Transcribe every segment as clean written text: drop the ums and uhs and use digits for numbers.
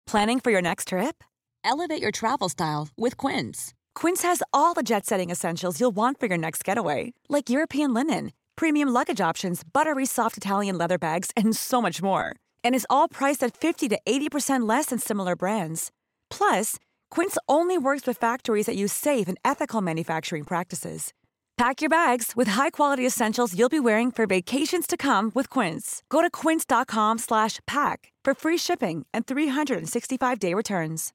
Planning for your next trip? Elevate your travel style with Quince. Quince has all the jet-setting essentials you'll want for your next getaway, like European linen, premium luggage options, buttery soft Italian leather bags, and so much more. And is all priced at 50 to 80% less than similar brands. Plus, Quince only works with factories that use safe and ethical manufacturing practices. Pack your bags with high-quality essentials you'll be wearing for vacations to come with Quince. Go to quince.com/pack for free shipping and 365-day returns.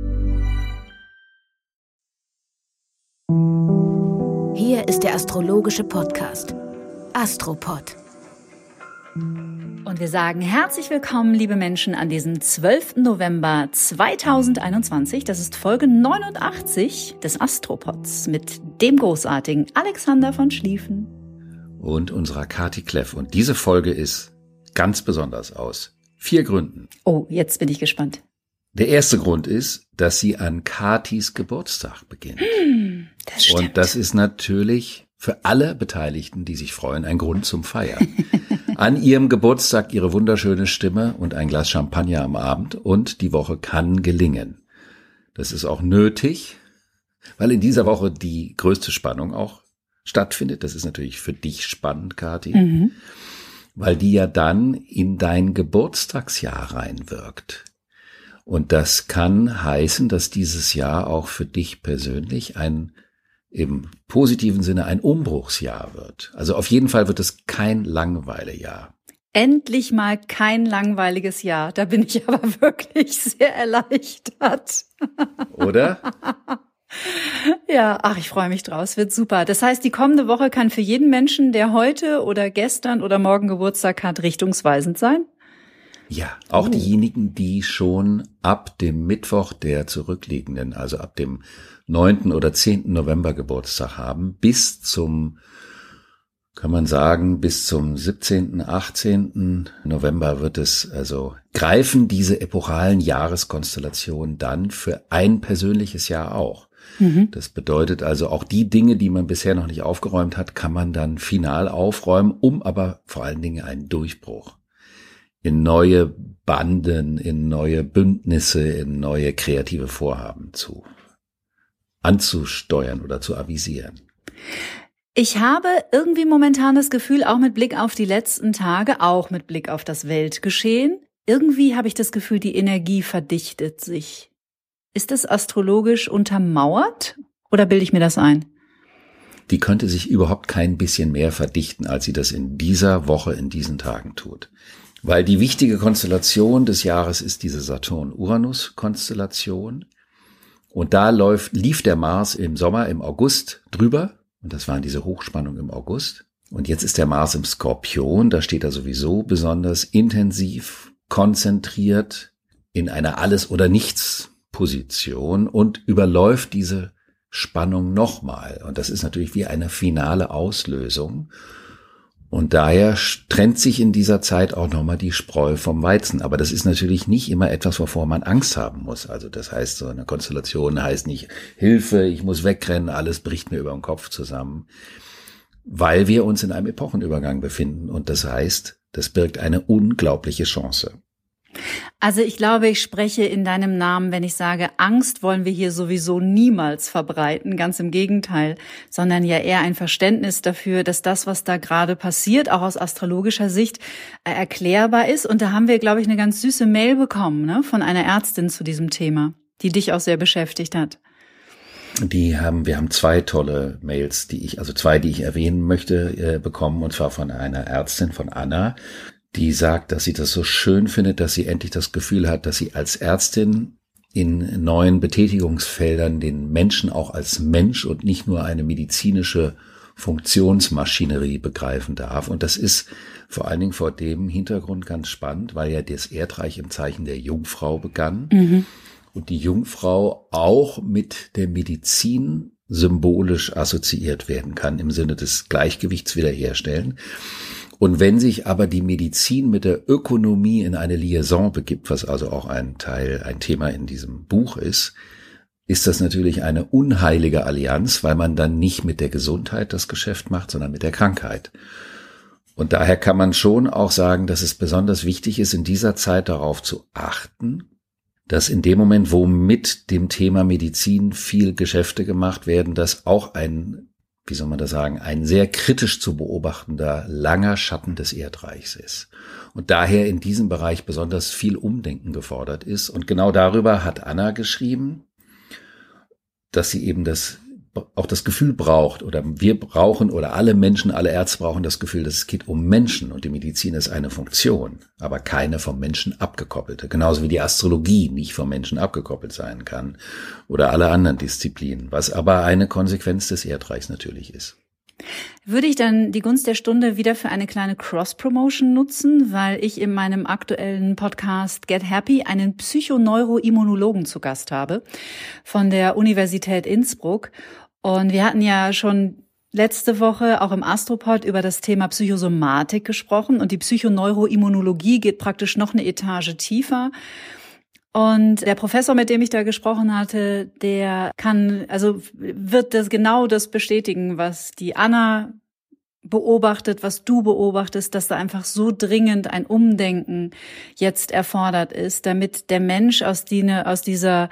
Hier ist der astrologische Podcast Astropod. Und wir sagen herzlich willkommen, liebe Menschen, an diesem 12. November 2021. Das ist Folge 89 des Astropods mit dem großartigen Alexander von Schlieffen. Und unserer Kati Kleff. Und diese Folge ist ganz besonders aus 4 Gründen. Oh, jetzt bin ich gespannt. Der erste Grund ist, dass sie an Katis Geburtstag beginnt. Das stimmt. Und das ist natürlich für alle Beteiligten, die sich freuen, ein Grund zum Feiern. An ihrem Geburtstag ihre wunderschöne Stimme und ein Glas Champagner am Abend und die Woche kann gelingen. Das ist auch nötig, weil in dieser Woche die größte Spannung auch stattfindet. Das ist natürlich für dich spannend, Kati, weil die ja dann in dein Geburtstagsjahr reinwirkt. Und das kann heißen, dass dieses Jahr auch für dich persönlich im positiven Sinne ein Umbruchsjahr wird. Also auf jeden Fall wird es kein Langweilejahr. Endlich mal kein langweiliges Jahr. Da bin ich aber wirklich sehr erleichtert. Oder? Ja, ich freue mich draus. Wird super. Das heißt, die kommende Woche kann für jeden Menschen, der heute oder gestern oder morgen Geburtstag hat, richtungsweisend sein? Ja, auch diejenigen, die schon ab dem Mittwoch der zurückliegenden, also ab dem 9. oder 10. November Geburtstag haben, bis zum 17., 18. November greifen diese epochalen Jahreskonstellationen dann für ein persönliches Jahr auch. Das bedeutet also, auch die Dinge, die man bisher noch nicht aufgeräumt hat, kann man dann final aufräumen, um aber vor allen Dingen einen Durchbruch in neue Banden, in neue Bündnisse, in neue kreative Vorhaben anzusteuern oder zu avisieren. Ich habe irgendwie momentan das Gefühl, auch mit Blick auf die letzten Tage, auch mit Blick auf das Weltgeschehen, irgendwie habe ich das Gefühl, die Energie verdichtet sich. Ist das astrologisch untermauert oder bilde ich mir das ein? Die könnte sich überhaupt kein bisschen mehr verdichten, als sie das in dieser Woche, in diesen Tagen tut. Weil die wichtige Konstellation des Jahres ist diese Saturn-Uranus-Konstellation. Und da lief der Mars im Sommer, im August drüber. Und das waren diese Hochspannungen im August. Und jetzt ist der Mars im Skorpion. Da steht er sowieso besonders intensiv, konzentriert in einer Alles-oder-Nichts-Position und überläuft diese Spannung nochmal. Und das ist natürlich wie eine finale Auslösung. Und daher trennt sich in dieser Zeit auch nochmal die Spreu vom Weizen. Aber das ist natürlich nicht immer etwas, wovor man Angst haben muss. Also das heißt, so eine Konstellation heißt nicht Hilfe, ich muss wegrennen, alles bricht mir über den Kopf zusammen. Weil wir uns in einem Epochenübergang befinden. Und das heißt, das birgt eine unglaubliche Chance. Also ich glaube, ich spreche in deinem Namen, wenn ich sage, Angst wollen wir hier sowieso niemals verbreiten, ganz im Gegenteil, sondern ja eher ein Verständnis dafür, dass das, was da gerade passiert, auch aus astrologischer Sicht erklärbar ist. Und da haben wir, glaube ich, eine ganz süße Mail bekommen, ne, von einer Ärztin zu diesem Thema, die dich auch sehr beschäftigt hat. Wir haben 2 tolle Mails, die ich erwähnen möchte, bekommen, und zwar von einer Ärztin, von Anna, die sagt, dass sie das so schön findet, dass sie endlich das Gefühl hat, dass sie als Ärztin in neuen Betätigungsfeldern den Menschen auch als Mensch und nicht nur eine medizinische Funktionsmaschinerie begreifen darf. Und das ist vor allen Dingen vor dem Hintergrund ganz spannend, weil ja das Erdreich im Zeichen der Jungfrau begann und die Jungfrau auch mit der Medizin symbolisch assoziiert werden kann im Sinne des Gleichgewichts wiederherstellen. Und wenn sich aber die Medizin mit der Ökonomie in eine Liaison begibt, was also auch ein Thema in diesem Buch ist das natürlich eine unheilige Allianz, weil man dann nicht mit der Gesundheit das Geschäft macht, sondern mit der Krankheit. Und daher kann man schon auch sagen, dass es besonders wichtig ist, in dieser Zeit darauf zu achten, dass in dem Moment, wo mit dem Thema Medizin viel Geschäfte gemacht werden, das auch ein sehr kritisch zu beobachtender langer Schatten des Erdreichs ist. Und daher in diesem Bereich besonders viel Umdenken gefordert ist. Und genau darüber hat Anna geschrieben, dass sie eben auch das Gefühl braucht, oder wir brauchen, oder alle Menschen, alle Ärzte brauchen das Gefühl, dass es geht um Menschen und die Medizin ist eine Funktion, aber keine vom Menschen abgekoppelte. Genauso wie die Astrologie nicht vom Menschen abgekoppelt sein kann oder alle anderen Disziplinen, was aber eine Konsequenz des Erdreichs natürlich ist. Würde ich dann die Gunst der Stunde wieder für eine kleine Cross-Promotion nutzen, weil ich in meinem aktuellen Podcast Get Happy einen Psychoneuroimmunologen zu Gast habe von der Universität Innsbruck. Und wir hatten ja schon letzte Woche auch im Astropod über das Thema Psychosomatik gesprochen und die Psychoneuroimmunologie geht praktisch noch eine Etage tiefer. Und der Professor, mit dem ich da gesprochen hatte, wird das bestätigen, was die Anna beobachtet, was du beobachtest, dass da einfach so dringend ein Umdenken jetzt erfordert ist, damit der Mensch aus dieser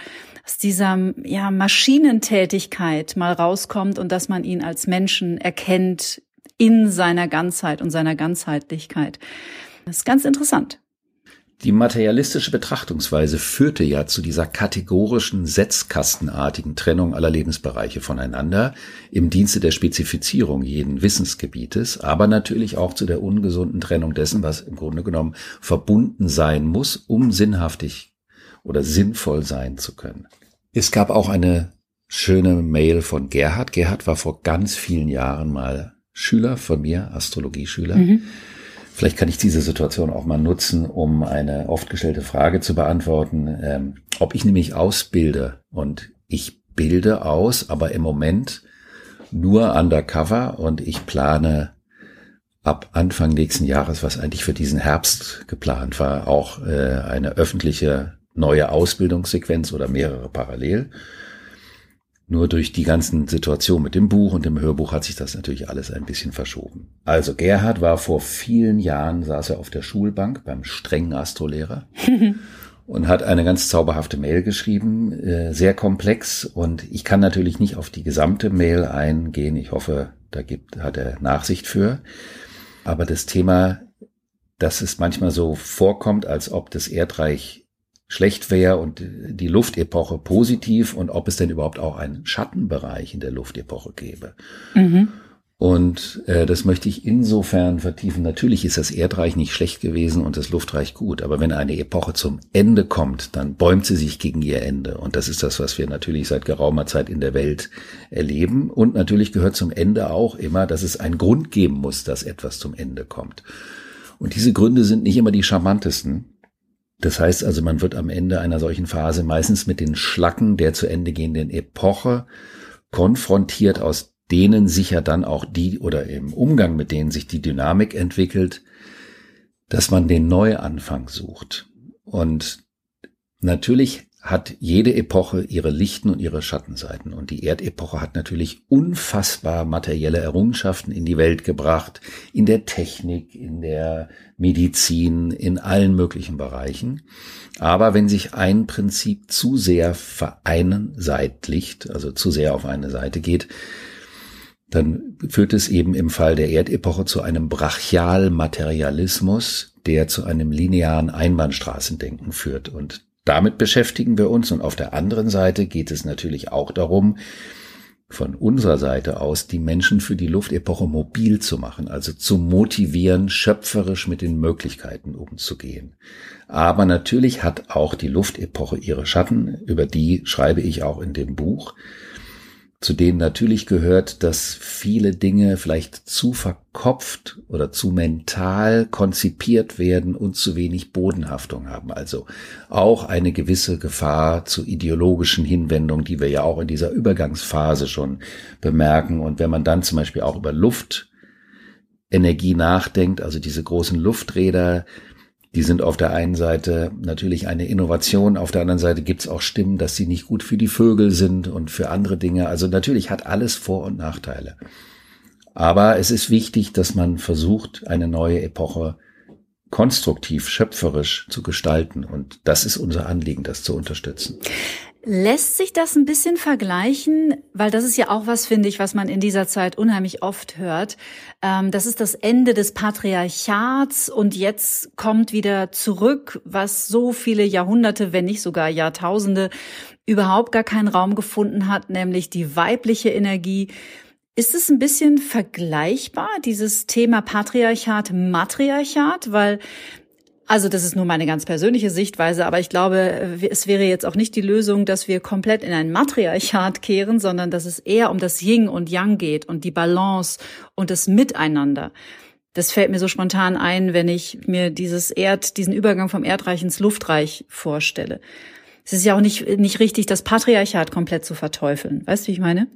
Maschinentätigkeit mal rauskommt und dass man ihn als Menschen erkennt in seiner Ganzheit und seiner Ganzheitlichkeit. Das ist ganz interessant. Die materialistische Betrachtungsweise führte ja zu dieser kategorischen, setzkastenartigen Trennung aller Lebensbereiche voneinander im Dienste der Spezifizierung jeden Wissensgebietes, aber natürlich auch zu der ungesunden Trennung dessen, was im Grunde genommen verbunden sein muss, um sinnhaftig oder sinnvoll sein zu können. Es gab auch eine schöne Mail von Gerhard. Gerhard war vor ganz vielen Jahren mal Schüler von mir, Astrologieschüler. Vielleicht kann ich diese Situation auch mal nutzen, um eine oft gestellte Frage zu beantworten, ob ich nämlich ausbilde. Und ich bilde aus, aber im Moment nur undercover und ich plane ab Anfang nächsten Jahres, was eigentlich für diesen Herbst geplant war, auch eine öffentliche neue Ausbildungssequenz oder mehrere parallel. Nur durch die ganzen Situationen mit dem Buch und dem Hörbuch hat sich das natürlich alles ein bisschen verschoben. Also Gerhard war vor vielen Jahren, saß er auf der Schulbank beim strengen Astrolehrer und hat eine ganz zauberhafte Mail geschrieben, sehr komplex. Und ich kann natürlich nicht auf die gesamte Mail eingehen. Ich hoffe, hat er Nachsicht für. Aber das Thema, dass es manchmal so vorkommt, als ob das Erdreich schlecht wäre und die Luftepoche positiv und ob es denn überhaupt auch einen Schattenbereich in der Luftepoche gäbe. Und das möchte ich insofern vertiefen. Natürlich ist das Erdreich nicht schlecht gewesen und das Luftreich gut, aber wenn eine Epoche zum Ende kommt, dann bäumt sie sich gegen ihr Ende. Und das ist das, was wir natürlich seit geraumer Zeit in der Welt erleben. Und natürlich gehört zum Ende auch immer, dass es einen Grund geben muss, dass etwas zum Ende kommt. Und diese Gründe sind nicht immer die charmantesten. Das heißt also, man wird am Ende einer solchen Phase meistens mit den Schlacken der zu Ende gehenden Epoche konfrontiert, aus denen sich ja dann auch oder im Umgang mit denen sich die Dynamik entwickelt, dass man den Neuanfang sucht. Und natürlich hat jede Epoche ihre lichten und ihre Schattenseiten. Und die Erdepoche hat natürlich unfassbar materielle Errungenschaften in die Welt gebracht, in der Technik, in der Medizin, in allen möglichen Bereichen. Aber wenn sich ein Prinzip zu sehr vereinseitigt, also zu sehr auf eine Seite geht, dann führt es eben im Fall der Erdepoche zu einem Brachialmaterialismus, der zu einem linearen Einbahnstraßendenken führt. Und damit beschäftigen wir uns. Und auf der anderen Seite geht es natürlich auch darum, von unserer Seite aus die Menschen für die Luftepoche mobil zu machen, also zu motivieren, schöpferisch mit den Möglichkeiten umzugehen. Aber natürlich hat auch die Luftepoche ihre Schatten, über die schreibe ich auch in dem Buch, zu denen natürlich gehört, dass viele Dinge vielleicht zu verkopft oder zu mental konzipiert werden und zu wenig Bodenhaftung haben. Also auch eine gewisse Gefahr zu ideologischen Hinwendungen, die wir ja auch in dieser Übergangsphase schon bemerken. Und wenn man dann zum Beispiel auch über Luftenergie nachdenkt, also diese großen Lufträder, die sind auf der einen Seite natürlich eine Innovation, auf der anderen Seite gibt es auch Stimmen, dass sie nicht gut für die Vögel sind und für andere Dinge. Also natürlich hat alles Vor- und Nachteile. Aber es ist wichtig, dass man versucht, eine neue Epoche konstruktiv, schöpferisch zu gestalten. Und das ist unser Anliegen, das zu unterstützen. Lässt sich das ein bisschen vergleichen? Weil das ist ja auch was, finde ich, was man in dieser Zeit unheimlich oft hört. Das ist das Ende des Patriarchats und jetzt kommt wieder zurück, was so viele Jahrhunderte, wenn nicht sogar Jahrtausende, überhaupt gar keinen Raum gefunden hat, nämlich die weibliche Energie. Ist es ein bisschen vergleichbar, dieses Thema Patriarchat, Matriarchat? Weil, also das ist nur meine ganz persönliche Sichtweise, aber ich glaube, es wäre jetzt auch nicht die Lösung, dass wir komplett in ein Matriarchat kehren, sondern dass es eher um das Yin und Yang geht und die Balance und das Miteinander. Das fällt mir so spontan ein, wenn ich mir diesen Übergang vom Erdreich ins Luftreich vorstelle. Es ist ja auch nicht richtig, das Patriarchat komplett zu verteufeln. Weißt du, wie ich meine?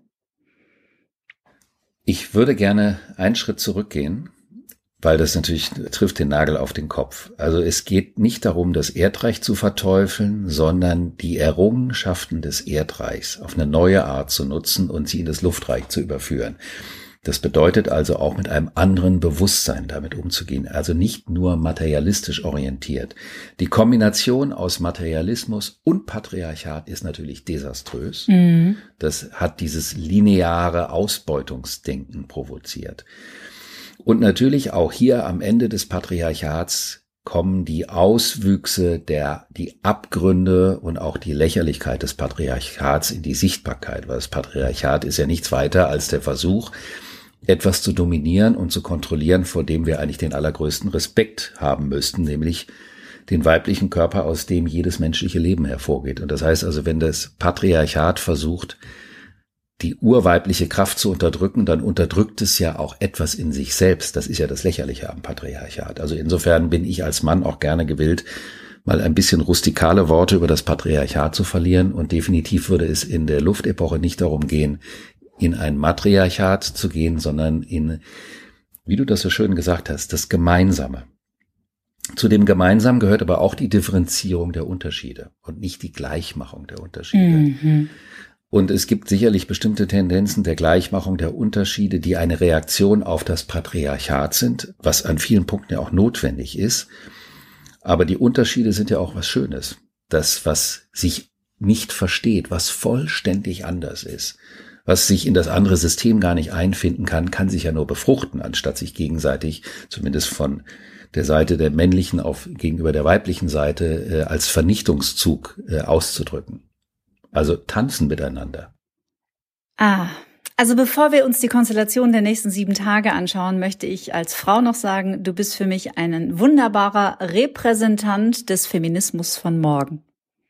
Ich würde gerne einen Schritt zurückgehen, weil das natürlich trifft den Nagel auf den Kopf. Also es geht nicht darum, das Erdreich zu verteufeln, sondern die Errungenschaften des Erdreichs auf eine neue Art zu nutzen und sie in das Luftreich zu überführen. Das bedeutet also auch mit einem anderen Bewusstsein damit umzugehen, also nicht nur materialistisch orientiert. Die Kombination aus Materialismus und Patriarchat ist natürlich desaströs. Mhm. Das hat dieses lineare Ausbeutungsdenken provoziert. Und natürlich auch hier am Ende des Patriarchats kommen die Auswüchse, die Abgründe und auch die Lächerlichkeit des Patriarchats in die Sichtbarkeit, weil das Patriarchat ist ja nichts weiter als der Versuch, etwas zu dominieren und zu kontrollieren, vor dem wir eigentlich den allergrößten Respekt haben müssten, nämlich den weiblichen Körper, aus dem jedes menschliche Leben hervorgeht. Und das heißt also, wenn das Patriarchat versucht, die urweibliche Kraft zu unterdrücken, dann unterdrückt es ja auch etwas in sich selbst. Das ist ja das Lächerliche am Patriarchat. Also insofern bin ich als Mann auch gerne gewillt, mal ein bisschen rustikale Worte über das Patriarchat zu verlieren. Und definitiv würde es in der Luftepoche nicht darum gehen, in ein Matriarchat zu gehen, sondern in, wie du das so schön gesagt hast, das Gemeinsame. Zu dem Gemeinsamen gehört aber auch die Differenzierung der Unterschiede und nicht die Gleichmachung der Unterschiede. Mhm. Und es gibt sicherlich bestimmte Tendenzen der Gleichmachung der Unterschiede, die eine Reaktion auf das Patriarchat sind, was an vielen Punkten ja auch notwendig ist. Aber die Unterschiede sind ja auch was Schönes. Das, was sich nicht versteht, was vollständig anders ist, was sich in das andere System gar nicht einfinden kann, kann sich ja nur befruchten, anstatt sich gegenseitig, zumindest von der Seite der männlichen gegenüber der weiblichen Seite, als Vernichtungszug auszudrücken. Also tanzen miteinander. Also bevor wir uns die Konstellation der nächsten 7 Tage anschauen, möchte ich als Frau noch sagen, du bist für mich ein wunderbarer Repräsentant des Feminismus von morgen.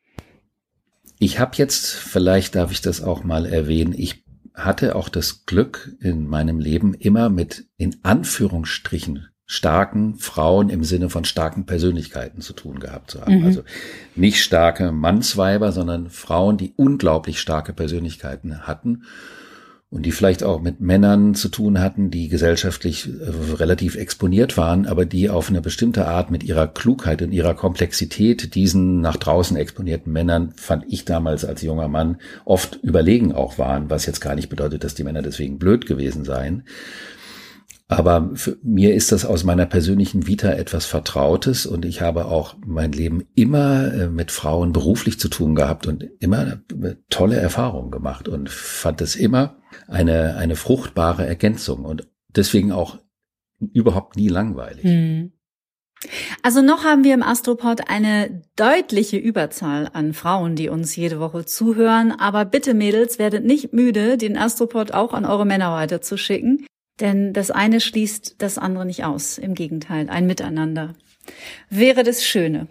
Ich habe jetzt, vielleicht darf ich das auch mal erwähnen, ich hatte auch das Glück in meinem Leben immer mit, in Anführungsstrichen, starken Frauen im Sinne von starken Persönlichkeiten zu tun gehabt zu haben. Mhm. Also nicht starke Mannsweiber, sondern Frauen, die unglaublich starke Persönlichkeiten hatten und die vielleicht auch mit Männern zu tun hatten, die gesellschaftlich relativ exponiert waren, aber die auf eine bestimmte Art mit ihrer Klugheit und ihrer Komplexität diesen nach draußen exponierten Männern, fand ich damals als junger Mann, oft überlegen auch waren, was jetzt gar nicht bedeutet, dass die Männer deswegen blöd gewesen seien. Aber für mir ist das aus meiner persönlichen Vita etwas Vertrautes und ich habe auch mein Leben immer mit Frauen beruflich zu tun gehabt und immer tolle Erfahrungen gemacht und fand es immer eine fruchtbare Ergänzung und deswegen auch überhaupt nie langweilig. Also noch haben wir im Astropod eine deutliche Überzahl an Frauen, die uns jede Woche zuhören, aber bitte Mädels, werdet nicht müde, den Astropod auch an eure Männer weiterzuschicken. Denn das eine schließt das andere nicht aus. Im Gegenteil, ein Miteinander wäre das Schöne.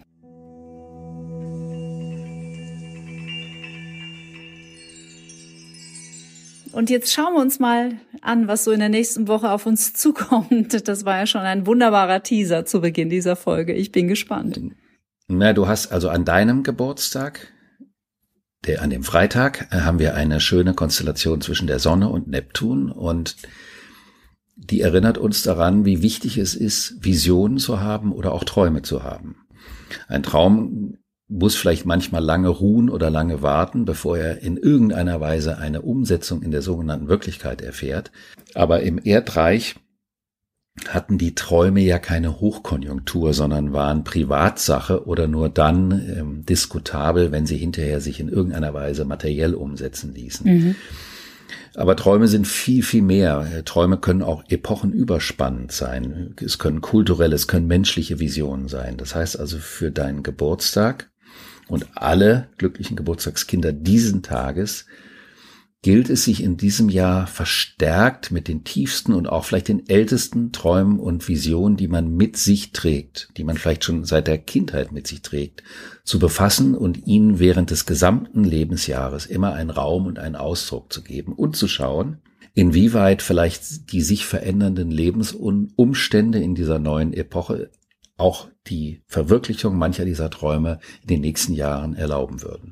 Und jetzt schauen wir uns mal an, was so in der nächsten Woche auf uns zukommt. Das war ja schon ein wunderbarer Teaser zu Beginn dieser Folge. Ich bin gespannt. Na, du hast also an deinem Geburtstag, an dem Freitag, haben wir eine schöne Konstellation zwischen der Sonne und Neptun und die erinnert uns daran, wie wichtig es ist, Visionen zu haben oder auch Träume zu haben. Ein Traum muss vielleicht manchmal lange ruhen oder lange warten, bevor er in irgendeiner Weise eine Umsetzung in der sogenannten Wirklichkeit erfährt. Aber im Erdreich hatten die Träume ja keine Hochkonjunktur, sondern waren Privatsache oder nur dann diskutabel, wenn sie hinterher sich in irgendeiner Weise materiell umsetzen ließen. Aber Träume sind viel, viel mehr. Träume können auch epochenüberspannend sein. Es können kulturelle, es können menschliche Visionen sein. Das heißt also für deinen Geburtstag und alle glücklichen Geburtstagskinder diesen Tages gilt es, sich in diesem Jahr verstärkt mit den tiefsten und auch vielleicht den ältesten Träumen und Visionen, die man mit sich trägt, die man vielleicht schon seit der Kindheit mit sich trägt, zu befassen und ihnen während des gesamten Lebensjahres immer einen Raum und einen Ausdruck zu geben und zu schauen, inwieweit vielleicht die sich verändernden Lebensumstände in dieser neuen Epoche auch die Verwirklichung mancher dieser Träume in den nächsten Jahren erlauben würden.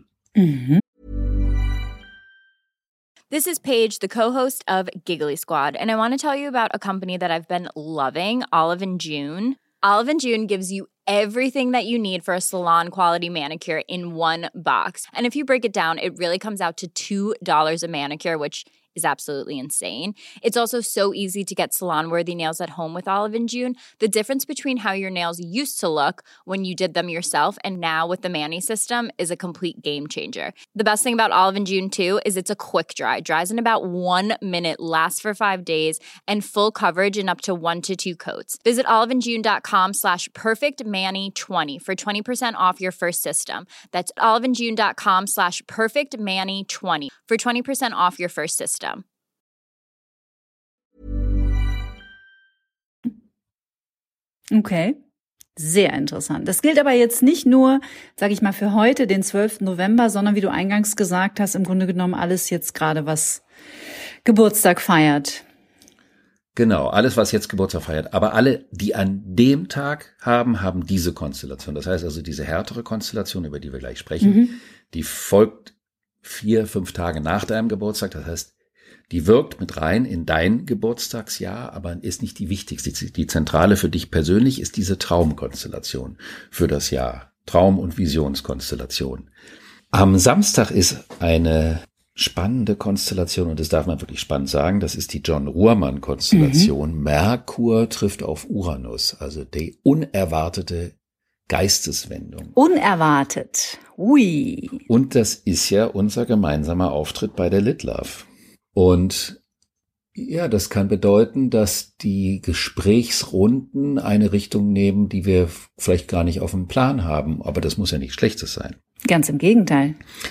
This is Paige, the co-host of Giggly Squad, and I want to tell you about a company that I've been loving, Olive & June. Olive & June gives you everything that you need for a salon-quality manicure in one box. And if you break it down, it really comes out to $2 a manicure, which is absolutely insane. It's also so easy to get salon-worthy nails at home with Olive & June. The difference between how your nails used to look when you did them yourself and now with the Mani system is a complete game changer. The best thing about Olive & June, too, is it's a quick dry. Dries in about 1 minute, lasts for 5 days, and full coverage in up to 1 to 2 coats. Visit oliveandjune.com/perfectmani20 for 20% off your first system. That's oliveandjune.com/perfectmani20 for 20% off your first system. Okay, sehr interessant. Das gilt aber jetzt nicht nur, sage ich mal, für heute, den 12. November, sondern wie du eingangs gesagt hast, im Grunde genommen alles jetzt gerade, was Geburtstag feiert. Genau, alles, was jetzt Geburtstag feiert. Aber alle, die an dem Tag haben diese Konstellation. Das heißt also, diese härtere Konstellation, über die wir gleich sprechen, die folgt 4-5 Tage nach deinem Geburtstag. Das heißt, die wirkt mit rein in dein Geburtstagsjahr, aber ist nicht die wichtigste. Die zentrale für dich persönlich ist diese Traumkonstellation für das Jahr. Traum- und Visionskonstellation. Am Samstag ist eine spannende Konstellation, und das darf man wirklich spannend sagen, das ist die John Ruhrmann-Konstellation. Merkur trifft auf Uranus, also die unerwartete Geisteswendung. Unerwartet. Ui. Und das ist ja unser gemeinsamer Auftritt bei der Lit Love. Und ja, das kann bedeuten, dass die Gesprächsrunden eine Richtung nehmen, die wir vielleicht gar nicht auf dem Plan haben. Aber das muss ja nichts Schlechtes sein. Ganz im Gegenteil.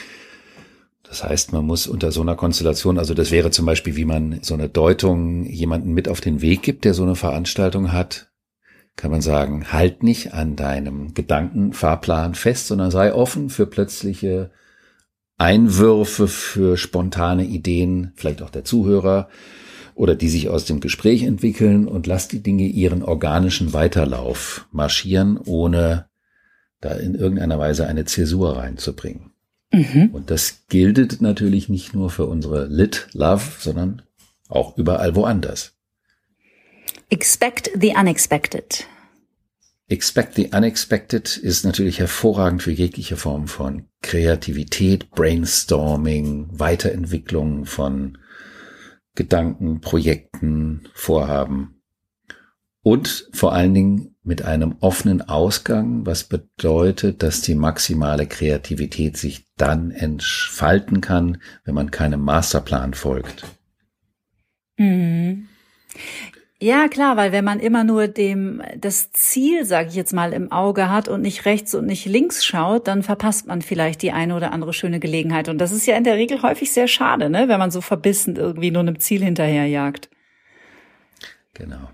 Das heißt, man muss unter so einer Konstellation, also das wäre zum Beispiel, wie man so eine Deutung jemanden mit auf den Weg gibt, der so eine Veranstaltung hat, kann man sagen, halt nicht an deinem Gedankenfahrplan fest, sondern sei offen für plötzliche Einwürfe, für spontane Ideen, vielleicht auch der Zuhörer oder die sich aus dem Gespräch entwickeln, und lass die Dinge ihren organischen Weiterlauf marschieren, ohne da in irgendeiner Weise eine Zäsur reinzubringen. Und das gilt natürlich nicht nur für unsere Lit Love, sondern auch überall woanders. Expect the unexpected. Expect the unexpected ist natürlich hervorragend für jegliche Form von Kreativität, Brainstorming, Weiterentwicklung von Gedanken, Projekten, Vorhaben. Und vor allen Dingen mit einem offenen Ausgang, was bedeutet, dass die maximale Kreativität sich dann entfalten kann, wenn man keinem Masterplan folgt. Ja, klar, weil wenn man immer nur das Ziel, sage ich jetzt mal, im Auge hat und nicht rechts und nicht links schaut, dann verpasst man vielleicht die eine oder andere schöne Gelegenheit. Und das ist ja in der Regel häufig sehr schade, ne, wenn man so verbissen irgendwie nur einem Ziel hinterherjagt. Genau.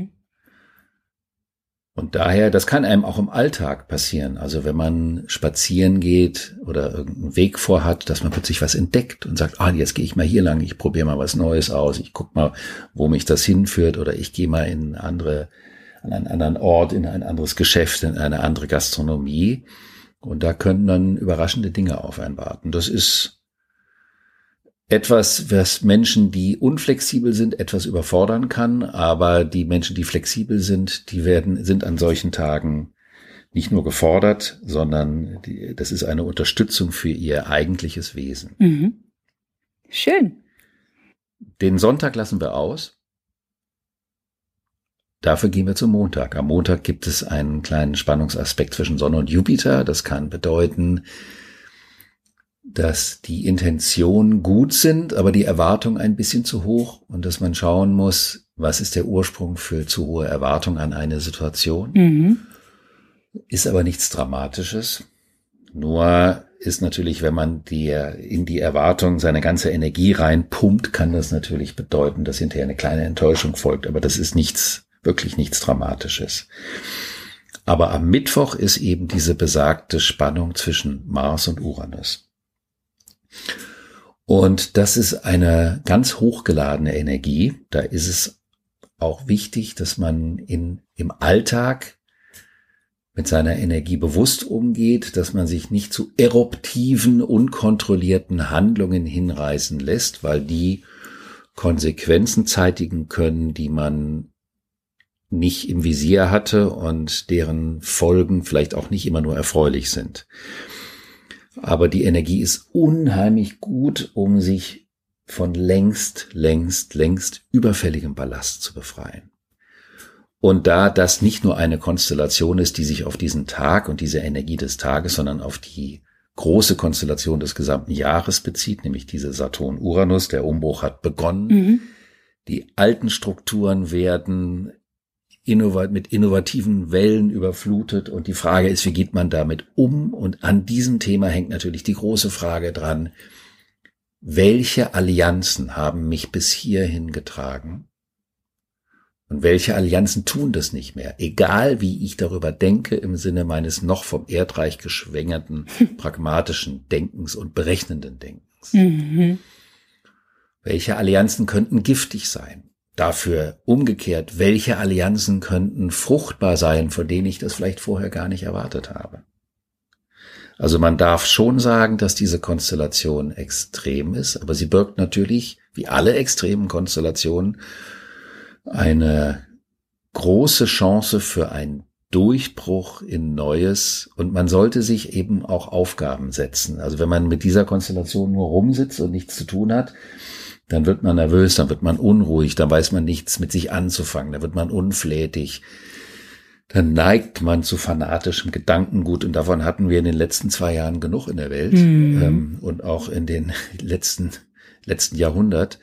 Und daher, das kann einem auch im Alltag passieren. Also wenn man spazieren geht oder irgendeinen Weg vorhat, dass man plötzlich was entdeckt und sagt, jetzt gehe ich mal hier lang, ich probiere mal was Neues aus, ich gucke mal, wo mich das hinführt, oder ich gehe mal an einen anderen Ort, in ein anderes Geschäft, in eine andere Gastronomie. Und da können dann überraschende Dinge auf einen warten. Das ist etwas, was Menschen, die unflexibel sind, etwas überfordern kann, aber die Menschen, die flexibel sind, sind an solchen Tagen nicht nur gefordert, sondern das ist eine Unterstützung für ihr eigentliches Wesen. Schön. Den Sonntag lassen wir aus. Dafür gehen wir zum Montag. Am Montag gibt es einen kleinen Spannungsaspekt zwischen Sonne und Jupiter. Das kann bedeuten, dass die Intentionen gut sind, aber die Erwartungen ein bisschen zu hoch und dass man schauen muss, was ist der Ursprung für zu hohe Erwartungen an eine Situation. Ist aber nichts Dramatisches. Nur ist natürlich, wenn man in die Erwartung seine ganze Energie reinpumpt, kann das natürlich bedeuten, dass hinterher eine kleine Enttäuschung folgt. Aber das ist wirklich nichts Dramatisches. Aber am Mittwoch ist eben diese besagte Spannung zwischen Mars und Uranus. Und das ist eine ganz hochgeladene Energie. Da ist es auch wichtig, dass man im Alltag mit seiner Energie bewusst umgeht, dass man sich nicht zu eruptiven, unkontrollierten Handlungen hinreißen lässt, weil die Konsequenzen zeitigen können, die man nicht im Visier hatte und deren Folgen vielleicht auch nicht immer nur erfreulich sind. Aber die Energie ist unheimlich gut, um sich von längst überfälligem Ballast zu befreien. Und da das nicht nur eine Konstellation ist, die sich auf diesen Tag und diese Energie des Tages, sondern auf die große Konstellation des gesamten Jahres bezieht, nämlich diese Saturn-Uranus, der Umbruch hat begonnen. Die alten Strukturen werden mit innovativen Wellen überflutet und die Frage ist, wie geht man damit um? Und an diesem Thema hängt natürlich die große Frage dran, welche Allianzen haben mich bis hierhin getragen und welche Allianzen tun das nicht mehr? Egal wie ich darüber denke im Sinne meines noch vom Erdreich geschwängerten pragmatischen Denkens und berechnenden Denkens. Welche Allianzen könnten giftig sein? Dafür umgekehrt, welche Allianzen könnten fruchtbar sein, von denen ich das vielleicht vorher gar nicht erwartet habe. Also man darf schon sagen, dass diese Konstellation extrem ist, aber sie birgt natürlich, wie alle extremen Konstellationen, eine große Chance für einen Durchbruch in Neues und man sollte sich eben auch Aufgaben setzen. Also wenn man mit dieser Konstellation nur rumsitzt und nichts zu tun hat, dann wird man nervös, dann wird man unruhig, dann weiß man nichts mit sich anzufangen, dann wird man unflätig, dann neigt man zu fanatischem Gedankengut und davon hatten wir in den letzten 2 Jahren genug in der Welt und auch in den letzten Jahrhundert.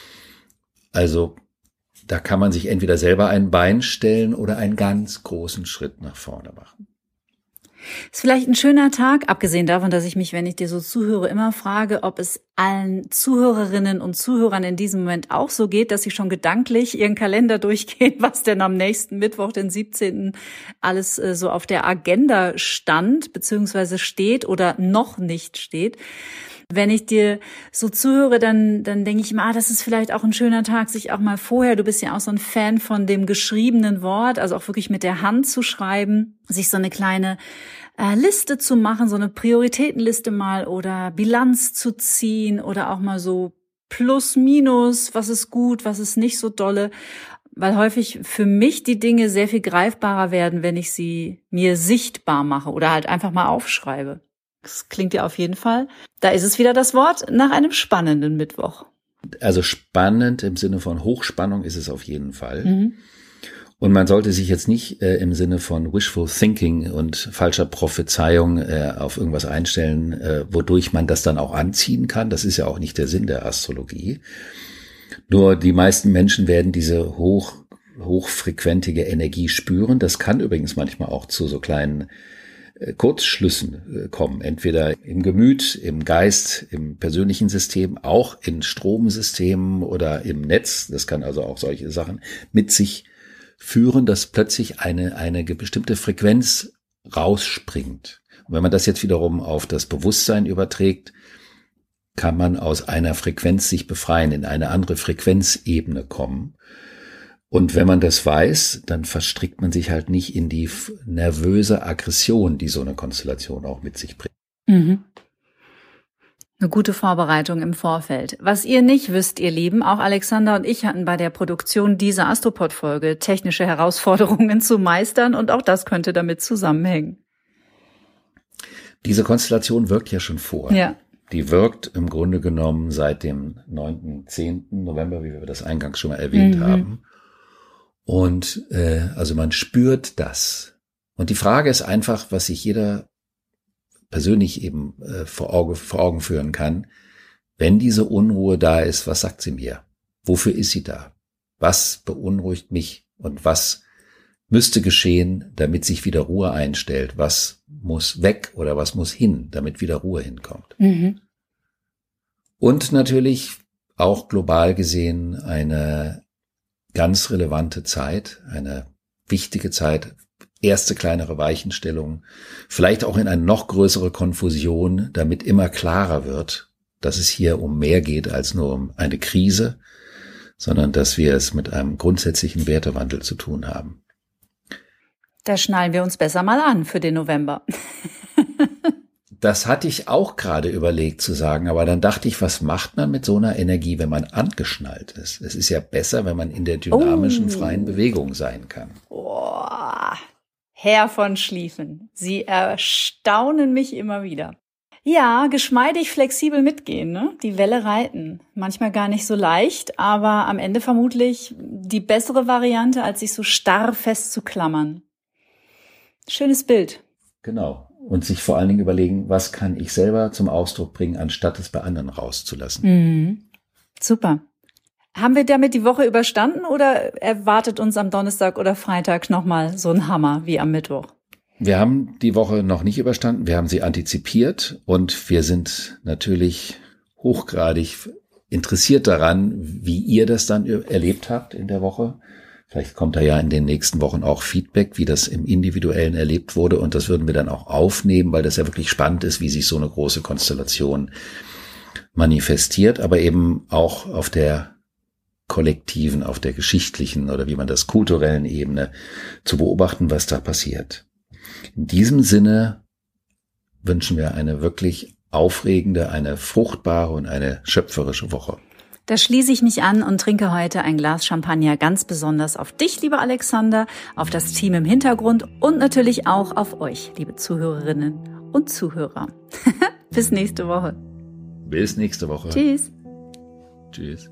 Also da kann man sich entweder selber ein Bein stellen oder einen ganz großen Schritt nach vorne machen. Ist vielleicht ein schöner Tag, abgesehen davon, dass ich mich, wenn ich dir so zuhöre, immer frage, ob es allen Zuhörerinnen und Zuhörern in diesem Moment auch so geht, dass sie schon gedanklich ihren Kalender durchgehen, was denn am nächsten Mittwoch, den 17. alles so auf der Agenda stand, beziehungsweise steht oder noch nicht steht. Wenn ich dir so zuhöre, dann denke ich immer, das ist vielleicht auch ein schöner Tag, sich auch mal vorher, du bist ja auch so ein Fan von dem geschriebenen Wort, also auch wirklich mit der Hand zu schreiben, sich so eine kleine Liste zu machen, so eine Prioritätenliste mal oder Bilanz zu ziehen oder auch mal so plus, minus, was ist gut, was ist nicht so dolle, weil häufig für mich die Dinge sehr viel greifbarer werden, wenn ich sie mir sichtbar mache oder halt einfach mal aufschreibe. Das klingt ja auf jeden Fall. Da ist es wieder das Wort nach einem spannenden Mittwoch. Also spannend im Sinne von Hochspannung ist es auf jeden Fall. Und man sollte sich jetzt nicht im Sinne von Wishful Thinking und falscher Prophezeiung auf irgendwas einstellen, wodurch man das dann auch anziehen kann. Das ist ja auch nicht der Sinn der Astrologie. Nur die meisten Menschen werden diese hochfrequentige Energie spüren. Das kann übrigens manchmal auch zu so kleinen Kurzschlüssen kommen, entweder im Gemüt, im Geist, im persönlichen System, auch in Stromsystemen oder im Netz. Das kann also auch solche Sachen mit sich führen, dass plötzlich eine bestimmte Frequenz rausspringt. Und wenn man das jetzt wiederum auf das Bewusstsein überträgt, kann man aus einer Frequenz sich befreien, in eine andere Frequenzebene kommen. Und wenn man das weiß, dann verstrickt man sich halt nicht in die nervöse Aggression, die so eine Konstellation auch mit sich bringt. Eine gute Vorbereitung im Vorfeld. Was ihr nicht wisst, ihr Lieben, auch Alexander und ich hatten bei der Produktion dieser Astropod-Folge technische Herausforderungen zu meistern und auch das könnte damit zusammenhängen. Diese Konstellation wirkt ja schon vor. Ja. Die wirkt im Grunde genommen seit dem 9., 10. November, wie wir das eingangs schon mal erwähnt haben. Und also man spürt das. Und die Frage ist einfach, was sich jeder persönlich eben vor Augen führen kann. Wenn diese Unruhe da ist, was sagt sie mir? Wofür ist sie da? Was beunruhigt mich und was müsste geschehen, damit sich wieder Ruhe einstellt? Was muss weg oder was muss hin, damit wieder Ruhe hinkommt? Mhm. Und natürlich auch global gesehen eine ganz relevante Zeit, eine wichtige Zeit, erste kleinere Weichenstellungen, vielleicht auch in eine noch größere Konfusion, damit immer klarer wird, dass es hier um mehr geht als nur um eine Krise, sondern dass wir es mit einem grundsätzlichen Wertewandel zu tun haben. Da schnallen wir uns besser mal an für den November. Das hatte ich auch gerade überlegt zu sagen, aber dann dachte ich, was macht man mit so einer Energie, wenn man angeschnallt ist? Es ist ja besser, wenn man in der dynamischen, freien Bewegung sein kann. Oh, Herr von Schlieffen, Sie erstaunen mich immer wieder. Ja, geschmeidig flexibel mitgehen, ne? Die Welle reiten. Manchmal gar nicht so leicht, aber am Ende vermutlich die bessere Variante, als sich so starr festzuklammern. Schönes Bild. Genau. Und sich vor allen Dingen überlegen, was kann ich selber zum Ausdruck bringen, anstatt es bei anderen rauszulassen. Mhm. Super. Haben wir damit die Woche überstanden oder erwartet uns am Donnerstag oder Freitag nochmal so ein Hammer wie am Mittwoch? Wir haben die Woche noch nicht überstanden, wir haben sie antizipiert und wir sind natürlich hochgradig interessiert daran, wie ihr das dann erlebt habt in der Woche. Vielleicht kommt da ja in den nächsten Wochen auch Feedback, wie das im Individuellen erlebt wurde und das würden wir dann auch aufnehmen, weil das ja wirklich spannend ist, wie sich so eine große Konstellation manifestiert, aber eben auch auf der kollektiven, auf der geschichtlichen oder wie man das kulturellen Ebene zu beobachten, was da passiert. In diesem Sinne wünschen wir eine wirklich aufregende, eine fruchtbare und eine schöpferische Woche. Da schließe ich mich an und trinke heute ein Glas Champagner ganz besonders auf dich, lieber Alexander, auf das Team im Hintergrund und natürlich auch auf euch, liebe Zuhörerinnen und Zuhörer. Bis nächste Woche. Bis nächste Woche. Tschüss. Tschüss.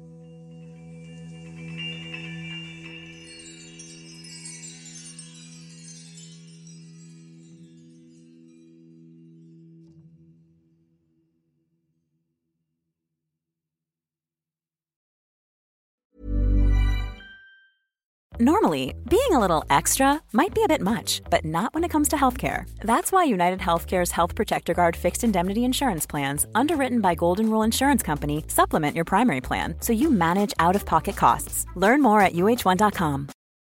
Normally, being a little extra might be a bit much, but not when it comes to healthcare. That's why United Healthcare's Health Protector Guard fixed indemnity insurance plans, underwritten by Golden Rule Insurance Company, supplement your primary plan so you manage out-of-pocket costs. Learn more at uh1.com.